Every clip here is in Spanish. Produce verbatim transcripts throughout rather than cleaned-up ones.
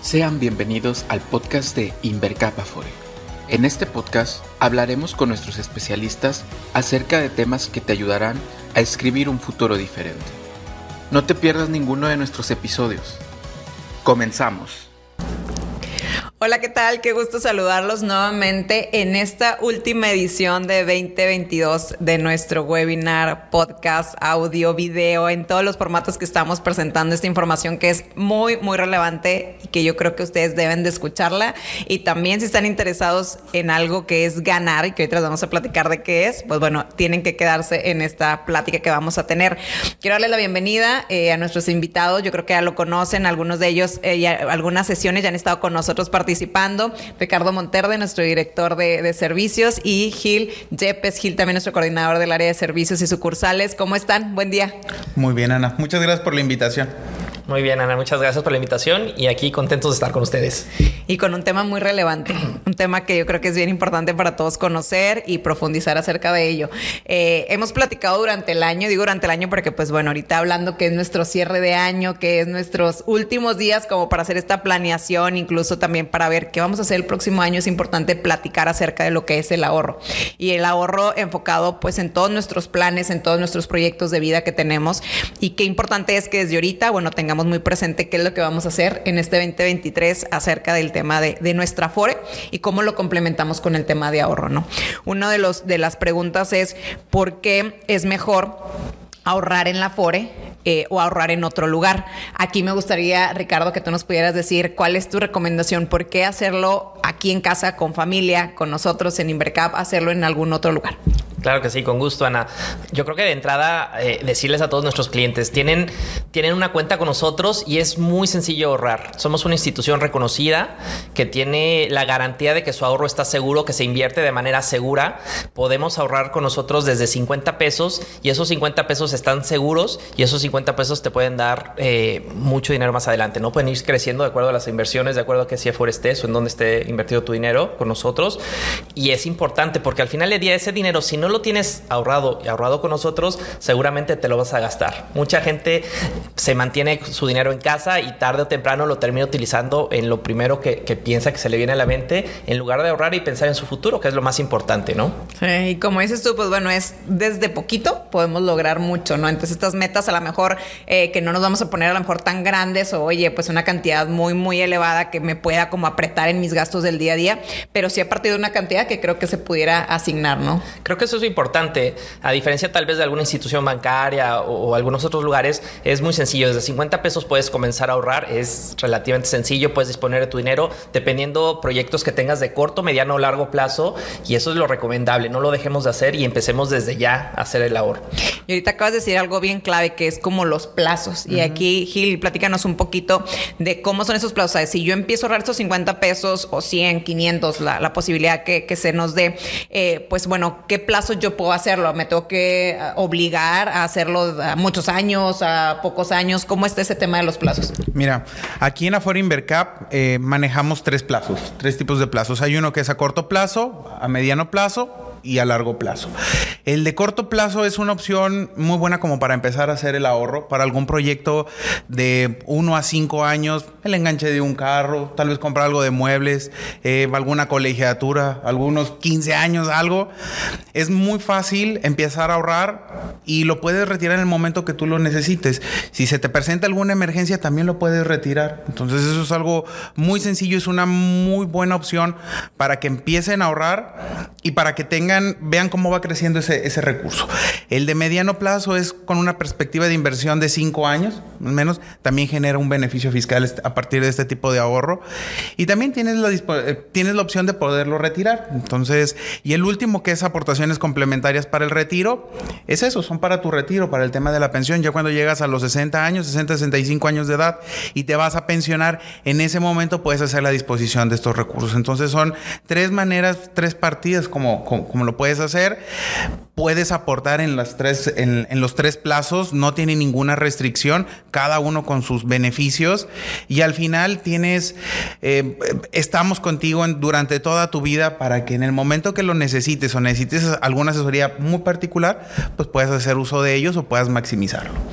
Sean bienvenidos al podcast de Invercap Afore. En este podcast hablaremos con nuestros especialistas acerca de temas que te ayudarán a escribir un futuro diferente. No te pierdas ninguno de nuestros episodios. Comenzamos. Hola, ¿qué tal? Qué gusto saludarlos nuevamente en esta última edición de veinte veintidós de nuestro webinar, podcast, audio, video, en todos los formatos que estamos presentando esta información que es muy, muy relevante y que yo creo que ustedes deben de escucharla. Y también si están interesados en algo que es ganar y que ahorita les vamos a platicar de qué es, pues bueno, tienen que quedarse en esta plática que vamos a tener. Quiero darles la bienvenida eh, a nuestros invitados. Yo creo que ya lo conocen, algunos de ellos, eh, ya, algunas sesiones ya han estado con nosotros participando. participando, Ricardo Monterde, nuestro director de, de servicios, y Gil Yepes, Gil también nuestro coordinador del área de servicios y sucursales. ¿Cómo están? Buen día. Muy bien, Ana. Muchas gracias por la invitación. Muy bien, Ana. Muchas gracias por la invitación y aquí contentos de estar con ustedes. Y con un tema muy relevante, un tema que yo creo que es bien importante para todos conocer y profundizar acerca de ello. Eh, hemos platicado durante el año, digo durante el año porque pues bueno, ahorita hablando que es nuestro cierre de año, que es nuestros últimos días como para hacer esta planeación, incluso también para ver qué vamos a hacer el próximo año, es importante platicar acerca de lo que es el ahorro. Y el ahorro enfocado pues en todos nuestros planes, en todos nuestros proyectos de vida que tenemos, y qué importante es que desde ahorita, bueno, tengamos muy presente qué es lo que vamos a hacer en este veinte veintitrés acerca del tema de, de nuestra Afore y cómo lo complementamos con el tema de ahorro, ¿no? Una de, los, de las preguntas es ¿por qué es mejor ahorrar en la Afore eh, o ahorrar en otro lugar? Aquí me gustaría, Ricardo, que tú nos pudieras decir cuál es tu recomendación, por qué hacerlo aquí en casa, con familia, con nosotros en Invercap, hacerlo en algún otro lugar. Claro que sí, con gusto, Ana. Yo creo que de entrada eh, decirles a todos nuestros clientes, tienen, tienen una cuenta con nosotros y es muy sencillo ahorrar. Somos una institución reconocida que tiene la garantía de que su ahorro está seguro, que se invierte de manera segura. Podemos ahorrar con nosotros desde cincuenta pesos y esos cincuenta pesos están seguros y esos cincuenta pesos te pueden dar eh, mucho dinero más adelante, ¿no? Pueden ir creciendo de acuerdo a las inversiones, de acuerdo a qué C F O estés o en dónde esté invertido tu dinero con nosotros. Y es importante porque al final del día ese dinero, si no lo tienes ahorrado y ahorrado con nosotros, seguramente te lo vas a gastar. Mucha gente se mantiene su dinero en casa y tarde o temprano lo termina utilizando en lo primero que, que piensa que se le viene a la mente, en lugar de ahorrar y pensar en su futuro, que es lo más importante, ¿no? Sí, y como dices tú, pues bueno, es desde poquito podemos lograr mucho, ¿no? Entonces estas metas a lo mejor eh, que no nos vamos a poner a lo mejor tan grandes o oye, pues una cantidad muy, muy elevada que me pueda como apretar en mis gastos del día a día, pero sí a partir de una cantidad que creo que se pudiera asignar, ¿no? Creo que eso es importante, a diferencia tal vez de alguna institución bancaria o, o algunos otros lugares, es muy sencillo. Desde cincuenta pesos puedes comenzar a ahorrar, es relativamente sencillo, puedes disponer de tu dinero dependiendo proyectos que tengas de corto, mediano o largo plazo, y eso es lo recomendable. No lo dejemos de hacer y empecemos desde ya a hacer el ahorro. Y ahorita acabas de decir algo bien clave que es como los plazos. Uh-huh. Y aquí, Gil, platícanos un poquito de cómo son esos plazos. O sea, si yo empiezo a ahorrar estos cincuenta pesos o cien, quinientos, la, la posibilidad que, que se nos dé, eh, pues bueno, ¿qué plazos yo puedo hacerlo? ¿Me tengo que obligar a hacerlo a muchos años, a pocos años? ¿Cómo está ese tema de los plazos? Mira, aquí en Afore Invercap eh, manejamos tres plazos, tres tipos de plazos. Hay uno que es a corto plazo, a mediano plazo y a largo plazo. El de corto plazo es una opción muy buena como para empezar a hacer el ahorro para algún proyecto de uno a cinco años, el enganche de un carro, tal vez comprar algo de muebles, eh, alguna colegiatura, algunos quince años, algo. Es muy fácil empezar a ahorrar y lo puedes retirar en el momento que tú lo necesites. Si se te presenta alguna emergencia, también lo puedes retirar. Entonces eso es algo muy sencillo, es una muy buena opción para que empiecen a ahorrar y para que tengan vean cómo va creciendo ese, ese recurso. El de mediano plazo es con una perspectiva de inversión de cinco años, al menos, también genera un beneficio fiscal a partir de este tipo de ahorro. Y también tienes la, tienes la opción de poderlo retirar. Entonces, y el último, que es aportaciones complementarias para el retiro, es eso, son para tu retiro, para el tema de la pensión. Ya cuando llegas a los sesenta años, sesenta, sesenta y cinco años de edad y te vas a pensionar, en ese momento puedes hacer la disposición de estos recursos. Entonces, son tres maneras, tres partidas como, como como lo puedes hacer. Puedes aportar en, las tres, en, en los tres plazos, no tiene ninguna restricción, cada uno con sus beneficios, y al final tienes, eh, estamos contigo en, durante toda tu vida para que en el momento que lo necesites o necesites alguna asesoría muy particular, pues puedas hacer uso de ellos o puedas maximizarlo.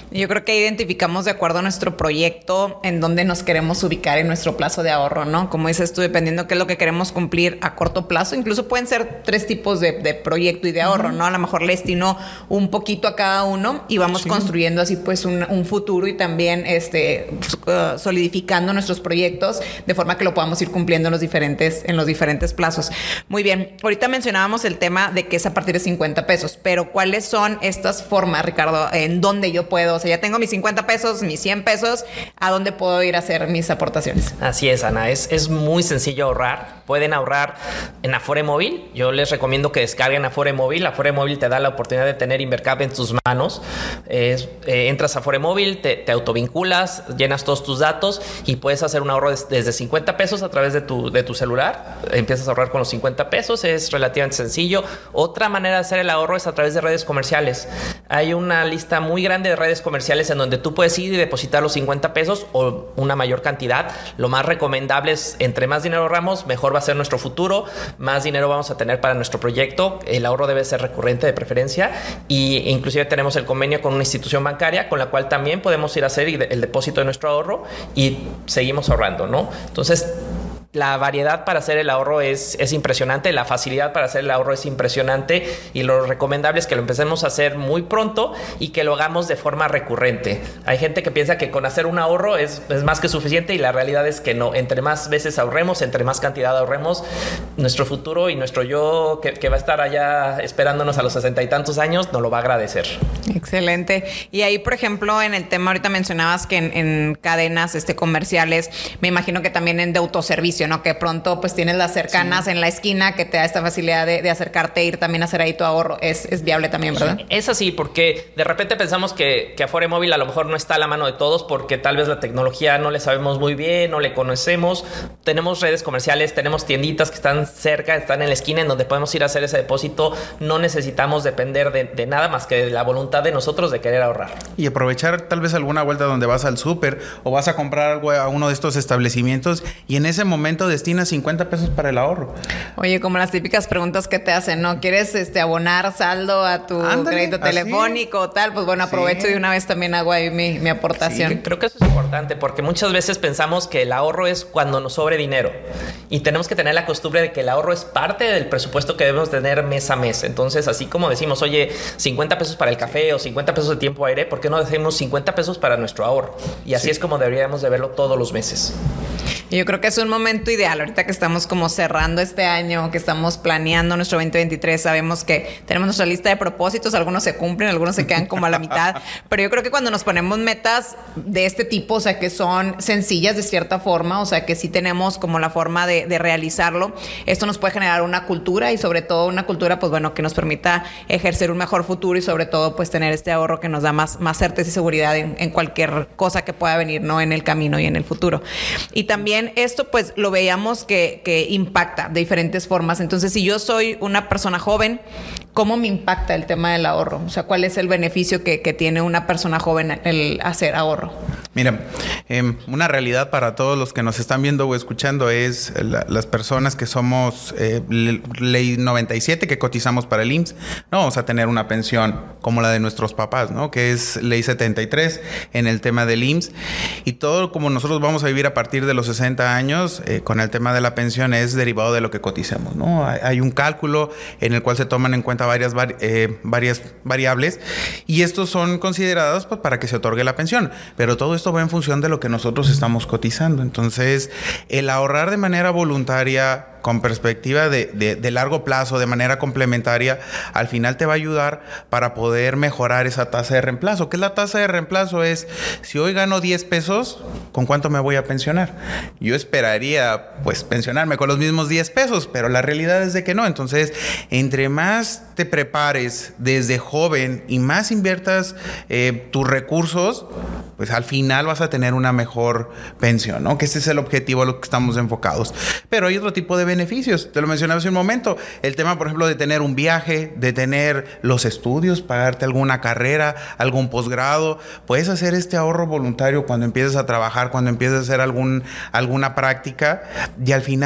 Yo creo que identificamos de acuerdo a nuestro proyecto en dónde nos queremos ubicar en nuestro plazo de ahorro, ¿no? Como dices tú, dependiendo qué es lo que queremos cumplir a corto plazo, incluso pueden ser tres tipos de, de proyecto y de ahorro, uh-huh. ¿no? A lo mejor le destino un poquito a cada uno y vamos sí. construyendo así pues un, un futuro y también este, uh, solidificando nuestros proyectos de forma que lo podamos ir cumpliendo en los diferentes, en los diferentes plazos. Muy bien, ahorita mencionábamos el tema de que es a partir de cincuenta pesos, pero ¿cuáles son estas formas, Ricardo, en dónde yo puedo? O sea, ya tengo mis cincuenta pesos, mis cien pesos, ¿a dónde puedo ir a hacer mis aportaciones? Así es, Ana, es, es muy sencillo ahorrar. Pueden ahorrar en Afore Móvil. Yo les recomiendo que descarguen Afore Móvil. Afore Móvil te da la oportunidad de tener Invercap en tus manos. Eh, eh, entras a Afore Móvil, te, te autovinculas, llenas todos tus datos y puedes hacer un ahorro des, desde cincuenta pesos a través de tu, de tu celular. Empiezas a ahorrar con los cincuenta pesos, es relativamente sencillo. Otra manera de hacer el ahorro es a través de redes comerciales. Hay una lista muy grande de redes comerciales en donde tú puedes ir y depositar los cincuenta pesos o una mayor cantidad. Lo más recomendable es, entre más dinero ahorramos, mejor va a ser nuestro futuro, más dinero vamos a tener para nuestro proyecto. El ahorro debe ser recurrente de preferencia y inclusive tenemos el convenio con una institución bancaria con la cual también podemos ir a hacer el depósito de nuestro ahorro y seguimos ahorrando, ¿no? Entonces, la variedad para hacer el ahorro es, es impresionante, la facilidad para hacer el ahorro es impresionante y lo recomendable es que lo empecemos a hacer muy pronto y que lo hagamos de forma recurrente. Hay gente que piensa que con hacer un ahorro es, es más que suficiente y la realidad es que no. Entre más veces ahorremos, entre más cantidad ahorremos, nuestro futuro y nuestro yo que, que va a estar allá esperándonos a los sesenta y tantos años nos lo va a agradecer. Excelente. Y ahí, por ejemplo, en el tema, ahorita mencionabas que en, en cadenas este, comerciales, me imagino que también en de autoservicio, ¿no? Que pronto pues tienes las cercanas sí. en la esquina que te da esta facilidad de, de acercarte e ir también a hacer ahí tu ahorro. Es, es viable también, ¿verdad? Sí, es así, porque de repente pensamos que, que Afore Móvil a lo mejor no está a la mano de todos porque tal vez la tecnología no le sabemos muy bien, no le conocemos. Tenemos redes comerciales, tenemos tienditas que están cerca, están en la esquina en donde podemos ir a hacer ese depósito. No necesitamos depender de, de nada más que de la voluntad de nosotros de querer ahorrar. Y aprovechar tal vez alguna vuelta donde vas al súper o vas a comprar algo a uno de estos establecimientos y en ese momento destina cincuenta pesos para el ahorro. Oye, como las típicas preguntas que te hacen, ¿no? ¿Quieres este, abonar saldo a tu Ándale, crédito telefónico o tal? Pues bueno, aprovecho sí. y de una vez también hago ahí mi, mi aportación. Sí, creo que eso es importante porque muchas veces pensamos que el ahorro es cuando nos sobre dinero y tenemos que tener la costumbre de que el ahorro es parte del presupuesto que debemos tener mes a mes. Entonces, así como decimos, oye, cincuenta pesos para el café o cincuenta pesos de tiempo aire, ¿por qué no decimos cincuenta pesos para nuestro ahorro? Y así sí. es como deberíamos de verlo todos los meses. Yo creo que es un momento ideal ahorita que estamos como cerrando este año, que estamos planeando nuestro veinte veintitrés. Sabemos que tenemos nuestra lista de propósitos, algunos se cumplen, algunos se quedan como a la mitad, pero yo creo que cuando nos ponemos metas de este tipo, o sea, que son sencillas de cierta forma, o sea, que sí tenemos como la forma de, de realizarlo, esto nos puede generar una cultura y sobre todo una cultura, pues bueno, que nos permita ejercer un mejor futuro y sobre todo pues tener este ahorro que nos da más, más certeza y seguridad en, en cualquier cosa que pueda venir, ¿no? En el camino y en el futuro. Y también esto pues lo veíamos que, que impacta de diferentes formas. Entonces, si yo soy una persona joven, ¿cómo me impacta el tema del ahorro? O sea, ¿cuál es el beneficio que, que tiene una persona joven el hacer ahorro? Mira, eh, una realidad para todos los que nos están viendo o escuchando es la, las personas que somos eh, ley noventa y siete, que cotizamos para el I M S S. No vamos a tener una pensión como la de nuestros papás, ¿no? Que es ley setenta y tres en el tema del I M S S. Y todo como nosotros vamos a vivir a partir de los sesenta años, eh, con el tema de la pensión es derivado de lo que coticemos, ¿no? Hay, hay un cálculo en el cual se toman en cuenta varias, vari, eh, varias variables y estos son considerados pues, para que se otorgue la pensión. Pero todo esto va en función de lo que nosotros estamos cotizando. Entonces, el ahorrar de manera voluntaria, con perspectiva de, de, de largo plazo, de manera complementaria, al final te va a ayudar para poder mejorar esa tasa de reemplazo. ¿Qué es la tasa de reemplazo? Es, si hoy gano diez pesos, ¿con cuánto me voy a pensionar? Yo esperaría, pues, pensionarme con los mismos diez pesos, pero la realidad es de que no. Entonces, entre más te prepares desde joven y más inviertas eh, tus recursos, pues al final vas a tener una mejor pensión, ¿no? Que ese es el objetivo a lo que estamos enfocados. Pero hay otro tipo de beneficios. Te lo mencionaba hace un momento. El tema, por ejemplo, de tener un viaje, de tener los estudios, pagarte alguna carrera, algún posgrado. Puedes hacer este ahorro voluntario cuando empieces a trabajar, cuando empieces a hacer algún, alguna práctica y al final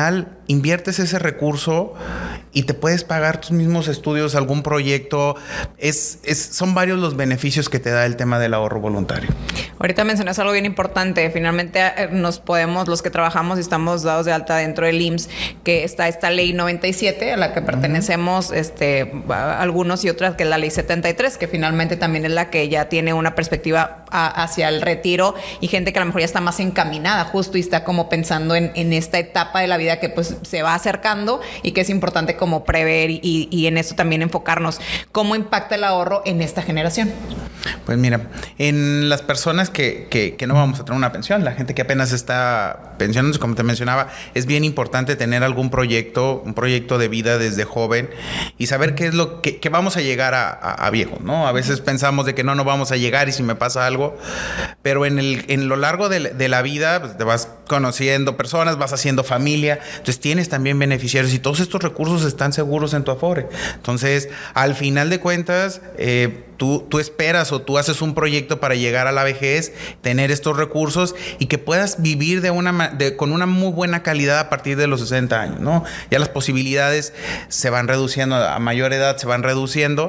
inviertes ese recurso y te puedes pagar tus mismos estudios, algún proyecto. Es, es, son varios los beneficios que te da el tema del ahorro voluntario. Ahorita mencionas algo bien importante. Finalmente nos podemos, los que trabajamos y estamos dados de alta dentro del I M S S, que está esta ley noventa y siete a la que pertenecemos, uh-huh. este, algunos y otras, que es la ley setenta y tres, que finalmente también es la que ya tiene una perspectiva a, hacia el retiro, y gente que a lo mejor ya está más encaminada justo y está como pensando en, en esta etapa de la vida que pues se va acercando y que es importante como prever y, y en eso también enfocarnos. ¿Cómo impacta el ahorro en esta generación? Pues mira, en las personas que, que, que no vamos a tener una pensión, la gente que apenas está pensionándose, como te mencionaba, es bien importante tener algún proyecto, un proyecto de vida desde joven y saber qué es lo que, que vamos a llegar a, a, a viejo, ¿no? A veces pensamos de que no, no vamos a llegar y si me pasa algo, pero en, el, en lo largo de, de la vida pues, te vas conociendo personas, vas haciendo familia, entonces tienes también beneficiarios y todos estos recursos están seguros en tu Afore. Entonces, al final de cuentas, eh, tú, tú esperas o tú haces un proyecto para llegar a la vejez, tener estos recursos y que puedas vivir de una, de, con una muy buena calidad a partir de los sesenta años, ¿no? Ya las posibilidades se van reduciendo, a mayor edad se van reduciendo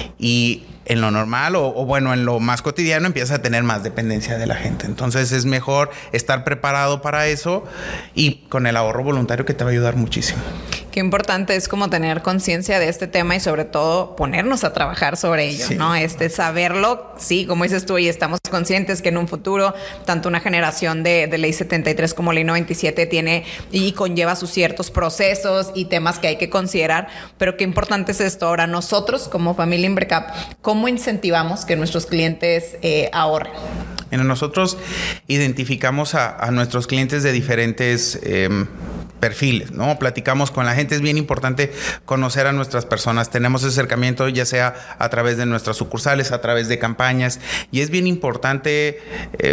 y en lo normal o, o bueno, en lo más cotidiano empiezas a tener más dependencia de la gente. Entonces es mejor estar preparado para eso y con el ahorro voluntario que te va a ayudar muchísimo. Qué importante es como tener conciencia de este tema y sobre todo ponernos a trabajar sobre ello, sí. ¿no? Este, saberlo, sí, como dices tú, y estamos conscientes que en un futuro tanto una generación de, de ley setenta y tres como ley noventa y siete tiene y conlleva sus ciertos procesos y temas que hay que considerar, pero qué importante es esto. Ahora, nosotros como familia Invercap, ¿cómo incentivamos que nuestros clientes eh, ahorren? Mira, nosotros identificamos a, a nuestros clientes de diferentes eh, perfiles, ¿no? Platicamos con la gente, es bien importante conocer a nuestras personas, tenemos ese acercamiento ya sea a través de nuestras sucursales, a través de campañas, y es bien importante eh,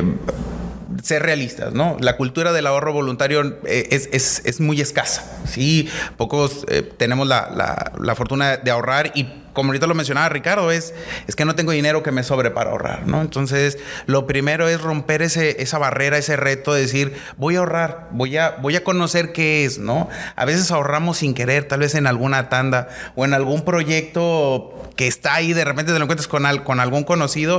ser realistas, ¿no? La cultura del ahorro voluntario es, es, es muy escasa, ¿sí? Pocos eh, tenemos la, la, la fortuna de ahorrar y como ahorita lo mencionaba Ricardo, es, es que no tengo dinero que me sobre para ahorrar, ¿no? Entonces, lo primero es romper ese, esa barrera, ese reto de decir, voy a ahorrar, voy a, voy a conocer qué es, ¿no? A veces ahorramos sin querer, tal vez en alguna tanda o en algún proyecto que está ahí, de repente te lo encuentras con, al, con algún conocido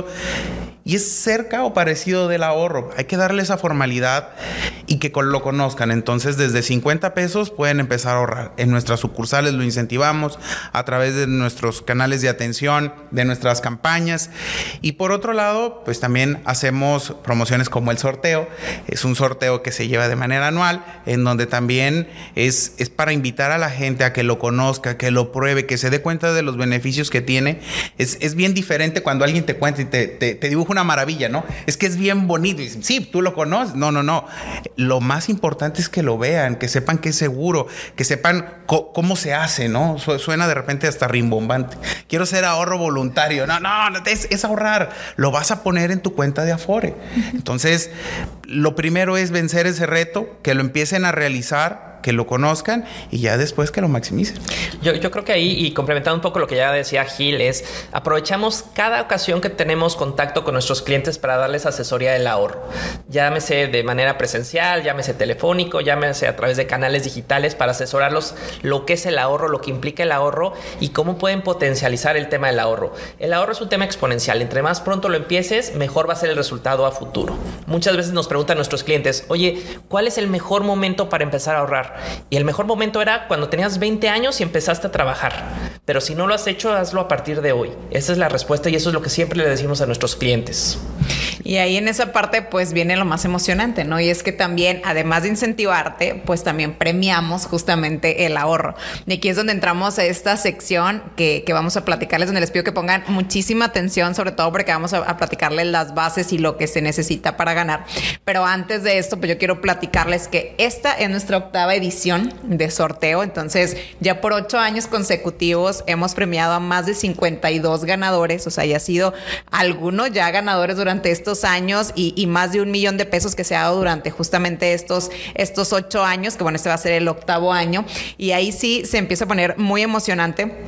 y es cerca o parecido del ahorro. Hay que darle esa formalidad y que lo conozcan. Entonces, desde cincuenta pesos pueden empezar a ahorrar. En nuestras sucursales lo incentivamos a través de nuestros canales de atención, de nuestras campañas. Y por otro lado, pues también hacemos promociones como el sorteo. Es un sorteo que se lleva de manera anual, en donde también es, es para invitar a la gente a que lo conozca, que lo pruebe, que se dé cuenta de los beneficios que tiene. Es, es bien diferente cuando alguien te cuenta y te, te, te dibuja una maravilla, ¿no? Es que es bien bonito. Y sí, tú lo conoces. No, no, no. Lo más importante es que lo vean, que sepan que es seguro, que sepan co- cómo se hace, ¿no? Suena de repente hasta rimbombante. Quiero ser ahorro voluntario. No, no, es, es ahorrar. Lo vas a poner en tu cuenta de Afore. Entonces, lo primero es vencer ese reto, que lo empiecen a realizar, que lo conozcan y ya después que lo maximicen. Yo, yo creo que ahí, y complementando un poco lo que ya decía Gil, es aprovechamos cada ocasión que tenemos contacto con nuestros clientes para darles asesoría del ahorro. Llámese de manera presencial, llámese telefónico, llámese a través de canales digitales para asesorarlos lo que es el ahorro, lo que implica el ahorro y cómo pueden potencializar el tema del ahorro. El ahorro es un tema exponencial. Entre más pronto lo empieces, mejor va a ser el resultado a futuro. Muchas veces nos preguntan nuestros clientes, oye, ¿cuál es el mejor momento para empezar a ahorrar? Y el mejor momento era cuando tenías veinte años y empezaste a trabajar. Pero si no lo has hecho, hazlo a partir de hoy. Esa es la respuesta y eso es lo que siempre le decimos a nuestros clientes. Y ahí en esa parte pues viene lo más emocionante, ¿no? Y es que también, además de incentivarte, pues también premiamos justamente el ahorro. Y aquí es donde entramos a esta sección que, que vamos a platicarles, donde les pido que pongan muchísima atención, sobre todo porque vamos a, a platicarles las bases y lo que se necesita para ganar. Pero antes de esto, pues yo quiero platicarles que esta es nuestra octava edición de sorteo. Entonces, ya por ocho años consecutivos hemos premiado a más de cincuenta y dos ganadores. O sea, ya ha sido algunos ya ganadores durante estos años y, y más de un millón de pesos que se ha dado durante justamente estos, estos ocho años, que bueno, este va a ser el octavo año. Y ahí sí se empieza a poner muy emocionante,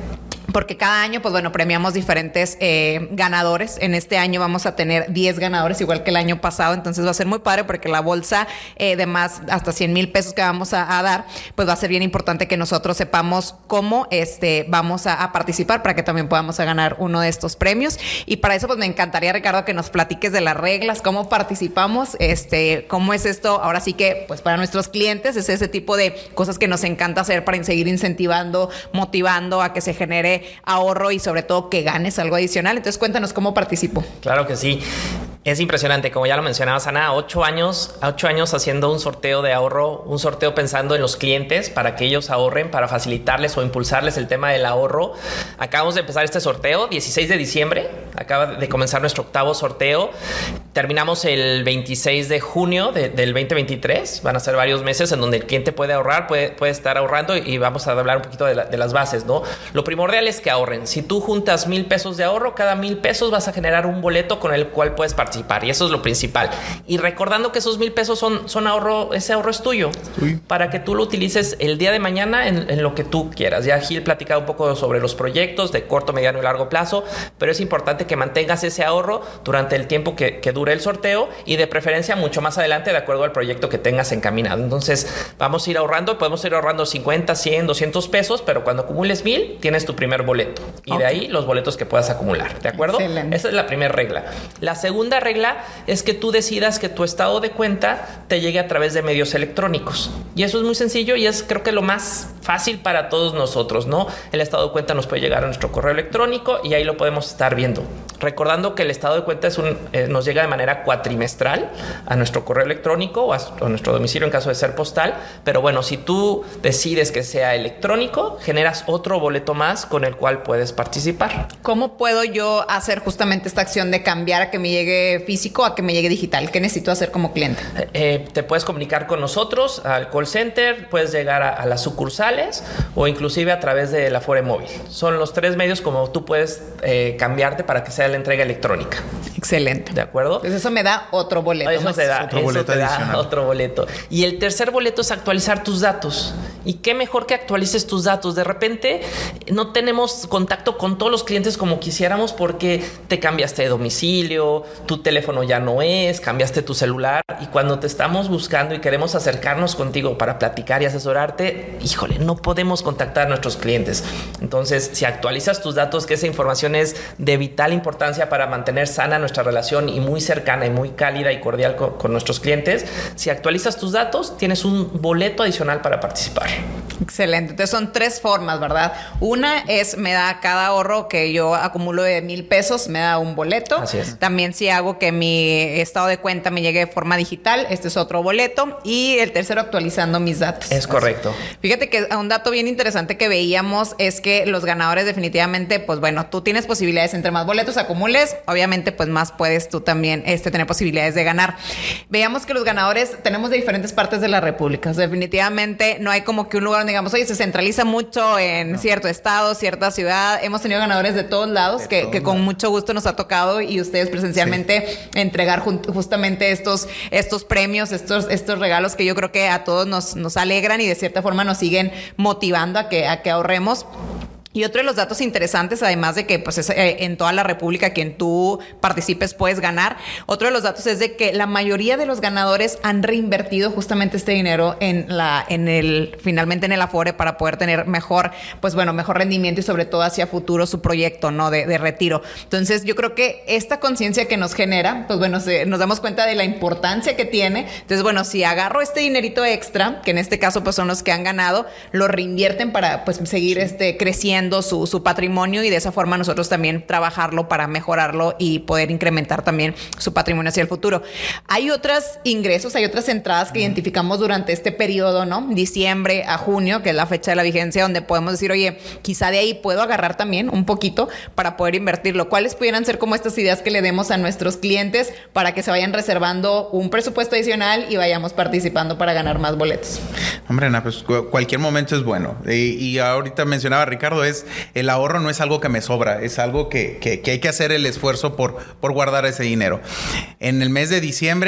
porque cada año, pues bueno, premiamos diferentes eh, ganadores. En este año vamos a tener diez ganadores, igual que el año pasado, entonces va a ser muy padre porque la bolsa eh, de más hasta cien mil pesos que vamos a, a dar, pues va a ser bien importante que nosotros sepamos cómo este, vamos a, a participar para que también podamos a ganar uno de estos premios. Y para eso, pues me encantaría, Ricardo, que nos platiques de las reglas, cómo participamos, este, cómo es esto. Ahora sí que, pues para nuestros clientes, es ese tipo de cosas que nos encanta hacer para seguir incentivando, motivando a que se genere ahorro y sobre todo que ganes algo adicional. Entonces, cuéntanos cómo participo. Claro que sí. Es impresionante, como ya lo mencionabas, Ana, ocho años, ocho años haciendo un sorteo de ahorro, un sorteo pensando en los clientes para que ellos ahorren, para facilitarles o impulsarles el tema del ahorro. Acabamos de empezar este sorteo, dieciséis de diciembre, acaba de comenzar nuestro octavo sorteo. Terminamos el veintiséis de junio de, del veinte veintitrés. Van a ser varios meses en donde el cliente puede ahorrar, puede, puede estar ahorrando y vamos a hablar un poquito de, la, de las bases, ¿no? Lo primordial es que ahorren. Si tú juntas mil pesos de ahorro, cada mil pesos vas a generar un boleto con el cual puedes participar. Y eso es lo principal. Y recordando que esos mil pesos son, son ahorro, ese ahorro es tuyo. Uy. Para que tú lo utilices el día de mañana en, en lo que tú quieras. Ya Gil platicaba un poco sobre los proyectos de corto, mediano y largo plazo, pero es importante que mantengas ese ahorro durante el tiempo que, que dure el sorteo y de preferencia mucho más adelante de acuerdo al proyecto que tengas encaminado. Entonces vamos a ir ahorrando, podemos ir ahorrando cincuenta, cien, doscientos pesos, pero cuando acumules mil tienes tu primer boleto y okay. de ahí los boletos que puedas acumular. ¿De acuerdo? Excelente. Esa es la primera regla. La segunda regla es que tú decidas que tu estado de cuenta te llegue a través de medios electrónicos. Y eso es muy sencillo y es creo que lo más fácil para todos nosotros, ¿no? El estado de cuenta nos puede llegar a nuestro correo electrónico y ahí lo podemos estar viendo. Recordando que el estado de cuenta es un, eh, nos llega de manera cuatrimestral a nuestro correo electrónico o a, a nuestro domicilio en caso de ser postal. Pero bueno, si tú decides que sea electrónico, generas otro boleto más con el cual puedes participar. ¿Cómo puedo yo hacer justamente esta acción de cambiar a que me llegue físico a que me llegue digital? ¿Qué necesito hacer como cliente? Eh, te puedes comunicar con nosotros al call center, puedes llegar a, a las sucursales o inclusive a través de la Afore Móvil. Son los tres medios como tú puedes eh, cambiarte para que sea la entrega electrónica. Excelente. ¿De acuerdo? Pues eso me da otro boleto. Eso más. te da otro eso boleto te adicional. Da otro boleto. Y el tercer boleto es actualizar tus datos. Y qué mejor que actualices tus datos. De repente no tenemos contacto con todos los clientes como quisiéramos porque te cambiaste de domicilio, tu teléfono ya no es, cambiaste tu celular y cuando te estamos buscando y queremos acercarnos contigo para platicar y asesorarte, híjole, no podemos contactar a nuestros clientes. Entonces, si actualizas tus datos, que esa información es de vital importancia para mantener sana nuestra relación y muy cercana y muy cálida y cordial con, con nuestros clientes, si actualizas tus datos, tienes un boleto adicional para participar. Excelente. Entonces son tres formas, ¿verdad? Una es me da cada ahorro que yo acumulo de mil pesos, me da un boleto. Así es. También si hago que mi estado de cuenta me llegue de forma digital, este es otro boleto. Y el tercero, actualizando mis datos. Es correcto. Fíjate que un dato bien interesante que veíamos es que los ganadores definitivamente, pues bueno, tú tienes posibilidades, entre más boletos acumules, obviamente pues más puedes tú también este, tener posibilidades de ganar. Veíamos que los ganadores tenemos de diferentes partes de la República. O sea, definitivamente no hay como que un lugar donde digamos, oye, se centraliza mucho en no. cierto estado, cierta ciudad. Hemos tenido ganadores de todos lados de que, todo que con mucho gusto nos ha tocado y ustedes presencialmente sí. entregar ju- justamente estos, estos premios, estos, estos regalos que yo creo que a todos nos, nos alegran y de cierta forma nos siguen motivando a que, a que ahorremos. Y otro de los datos interesantes, además de que pues es, eh, en toda la República quien tú participes puedes ganar, otro de los datos es de que la mayoría de los ganadores han reinvertido justamente este dinero en la, en el, finalmente en el Afore para poder tener mejor, pues bueno, mejor rendimiento y sobre todo hacia futuro su proyecto, ¿no? De, de retiro. Entonces yo creo que esta conciencia que nos genera, pues bueno, se, nos damos cuenta de la importancia que tiene. Entonces bueno, si agarro este dinerito extra, que en este caso pues son los que han ganado, lo reinvierten para pues seguir sí. este, creciendo Su, su patrimonio y de esa forma nosotros también trabajarlo para mejorarlo y poder incrementar también su patrimonio hacia el futuro. Hay otros ingresos, hay otras entradas que mm. identificamos durante este periodo, ¿no? Diciembre a junio, que es la fecha de la vigencia, donde podemos decir, oye, quizá de ahí puedo agarrar también un poquito para poder invertirlo. ¿Cuáles pudieran ser como estas ideas que le demos a nuestros clientes para que se vayan reservando un presupuesto adicional y vayamos participando para ganar más boletos? Hombre, Ana, pues cualquier momento es bueno. Y, y ahorita mencionaba Ricardo, es el ahorro no es algo que me sobra, es algo que, que, que hay que hacer el esfuerzo por, por guardar ese dinero. En el mes de diciembre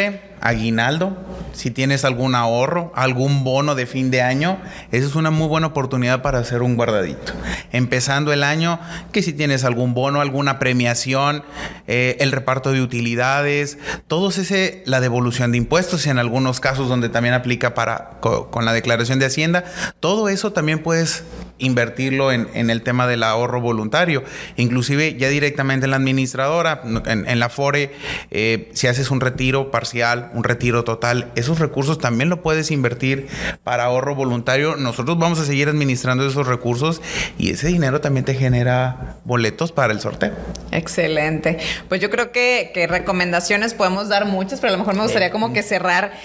aguinaldo, si tienes algún ahorro, algún bono de fin de año, esa es una muy buena oportunidad para hacer un guardadito. Empezando el año, que si tienes algún bono, alguna premiación, eh, el reparto de utilidades, todo ese, la devolución de impuestos, en algunos casos donde también aplica para co, con la declaración de Hacienda, todo eso también puedes invertirlo en, en el tema del ahorro voluntario. Inclusive ya directamente en la administradora, en, en la Afore, eh, si haces un retiro parcial, un retiro total, esos recursos también lo puedes invertir para ahorro voluntario. Nosotros vamos a seguir administrando esos recursos y ese dinero también te genera boletos para el sorteo. Excelente. Pues yo creo que, que recomendaciones podemos dar muchas, pero a lo mejor me gustaría como que cerrar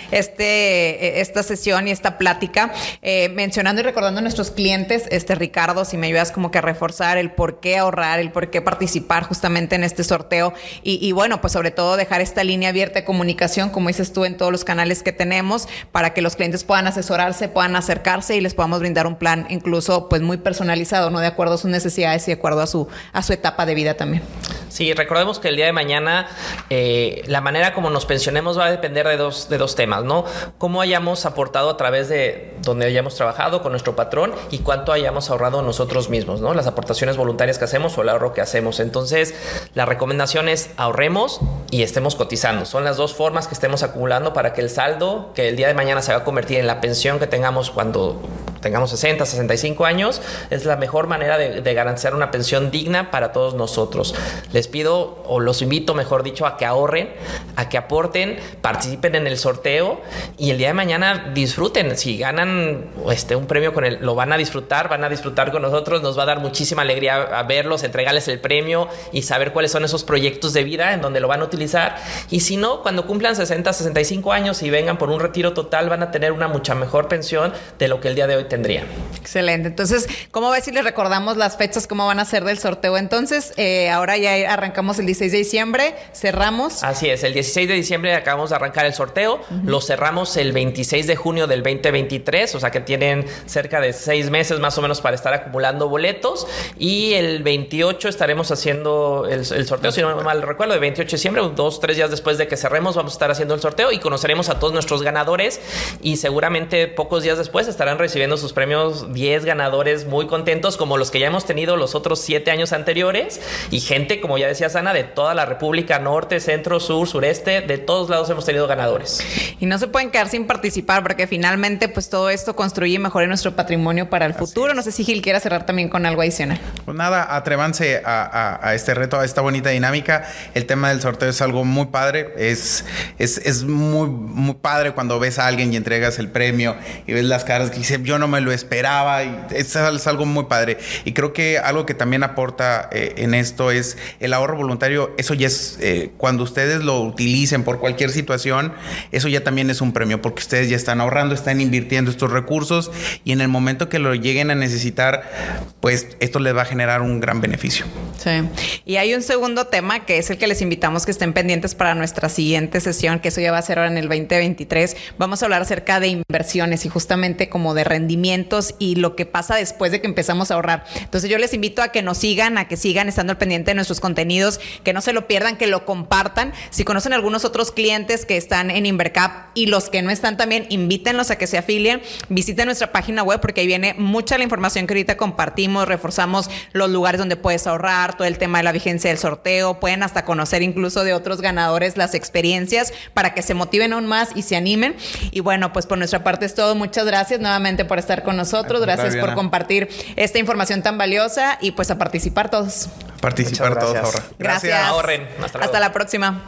este, esta sesión y esta plática eh, mencionando y recordando a nuestros clientes, este Ricardo, si me ayudas como que a reforzar el por qué ahorrar, el por qué participar justamente en este sorteo y, y bueno, pues sobre todo dejar esta línea abierta de comunicación, como dices tú, en todos los canales que tenemos para que los clientes puedan asesorarse, puedan acercarse y les podamos brindar un plan incluso pues muy personalizado, ¿no? De acuerdo a sus necesidades y de acuerdo a su, a su etapa de vida también. Sí, recordemos que el día de mañana eh, la manera como nos pensionemos va a depender de dos, de dos temas, ¿no? Cómo hayamos aportado a través de donde hayamos trabajado con nuestro patrón y cuánto hayamos ahorrado nosotros mismos, ¿no? Las aportaciones voluntarias que hacemos o el ahorro que hacemos. Entonces, la recomendación es ahorremos y estemos cotizando. Son las dos formas que estemos acumulando para que el saldo que el día de mañana se va a convertir en la pensión que tengamos cuando tengamos sesenta, sesenta y cinco años, es la mejor manera de, de garantizar una pensión digna para todos nosotros. Les pido, o los invito, mejor dicho, a que ahorren, a que aporten, participen en el sorteo y el día de mañana disfruten. Si ganan este, un premio con él, lo van a disfrutar, van a disfrutar con nosotros, nos va a dar muchísima alegría a verlos, entregarles el premio y saber cuáles son esos proyectos de vida en donde lo van a utilizar. Y si no, cuando cumplan sesenta, sesenta y cinco años y vengan por un retiro total, van a tener una mucha mejor pensión de lo que el día de hoy tendrían. Excelente. Entonces, ¿cómo ves si les recordamos las fechas, cómo van a ser del sorteo? Entonces, eh, ahora ya arrancamos el dieciséis de diciembre, cerramos. Así es, el dieciséis de diciembre acabamos de arrancar el sorteo, uh-huh. Lo cerramos el veintiséis de junio del veinte veintitrés, o sea que tienen cerca de seis meses más o menos para estar acumulando boletos y el veintiocho estaremos haciendo el, el sorteo, si no mal recuerdo, el veintiocho de diciembre, dos, tres días después de que cerremos, vamos a estar haciendo el sorteo y conoceremos a todos nuestros ganadores y seguramente pocos días después estarán recibiendo sus premios diez ganadores muy contentos como los que ya hemos tenido los otros siete años anteriores y gente, como ya decía Ana, de toda la República, norte, centro, sur, sureste, de todos lados hemos tenido ganadores. Y no se pueden quedar sin participar porque finalmente pues todo esto construye y mejora nuestro patrimonio para el Así futuro. Es. No sé si Gil quiera cerrar también con algo adicional. Pues nada, atrévanse a, a, a este reto, a esta bonita dinámica. El tema del sorteo es algo muy padre. Es, es, es muy, muy padre cuando ves a alguien y entregas el premio y ves las caras que dice yo no me lo esperaba y es, es algo muy padre. Y creo que algo que también aporta eh, en esto es el ahorro voluntario. Eso ya es, eh, cuando ustedes lo utilicen por cualquier situación, eso ya también es un premio porque ustedes ya están ahorrando, están invirtiendo estos recursos y en el momento que lo lleguen a necesitar, pues esto les va a generar un gran beneficio. Sí. Y hay un segundo tema que es el que les invitamos que estén pendientes para nuestra siguiente sesión, que eso ya va a ser ahora en el veinte veintitrés. Vamos a hablar acerca de inversiones y justamente como de rendimientos y lo que pasa después de que empezamos a ahorrar. Entonces yo les invito a que nos sigan, a que sigan estando al pendiente de nuestros contenidos, que no se lo pierdan, que lo compartan. Si conocen algunos otros clientes que están en Invercap y los que no están también, invítenlos a que se afilien. Visiten nuestra página web porque ahí viene mucha la información que ahorita compartimos, reforzamos los lugares donde puedes ahorrar, todo el tema de la vigencia del sorteo, pueden hasta conocer incluso de otros ganadores las experiencias para que se motiven aún más y se animen. Y bueno, pues por nuestra parte es todo. Muchas gracias nuevamente por estar con nosotros. Gracias por compartir esta información tan valiosa y pues a participar todos. Participar todos, ahorrar. Gracias. gracias. Ahorren. Hasta, Hasta la próxima.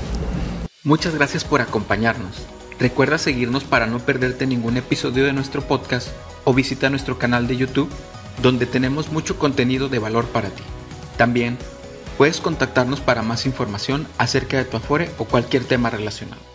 Muchas gracias por acompañarnos. Recuerda seguirnos para no perderte ningún episodio de nuestro podcast o visita nuestro canal de YouTube, donde tenemos mucho contenido de valor para ti. También puedes contactarnos para más información acerca de tu Afore o cualquier tema relacionado.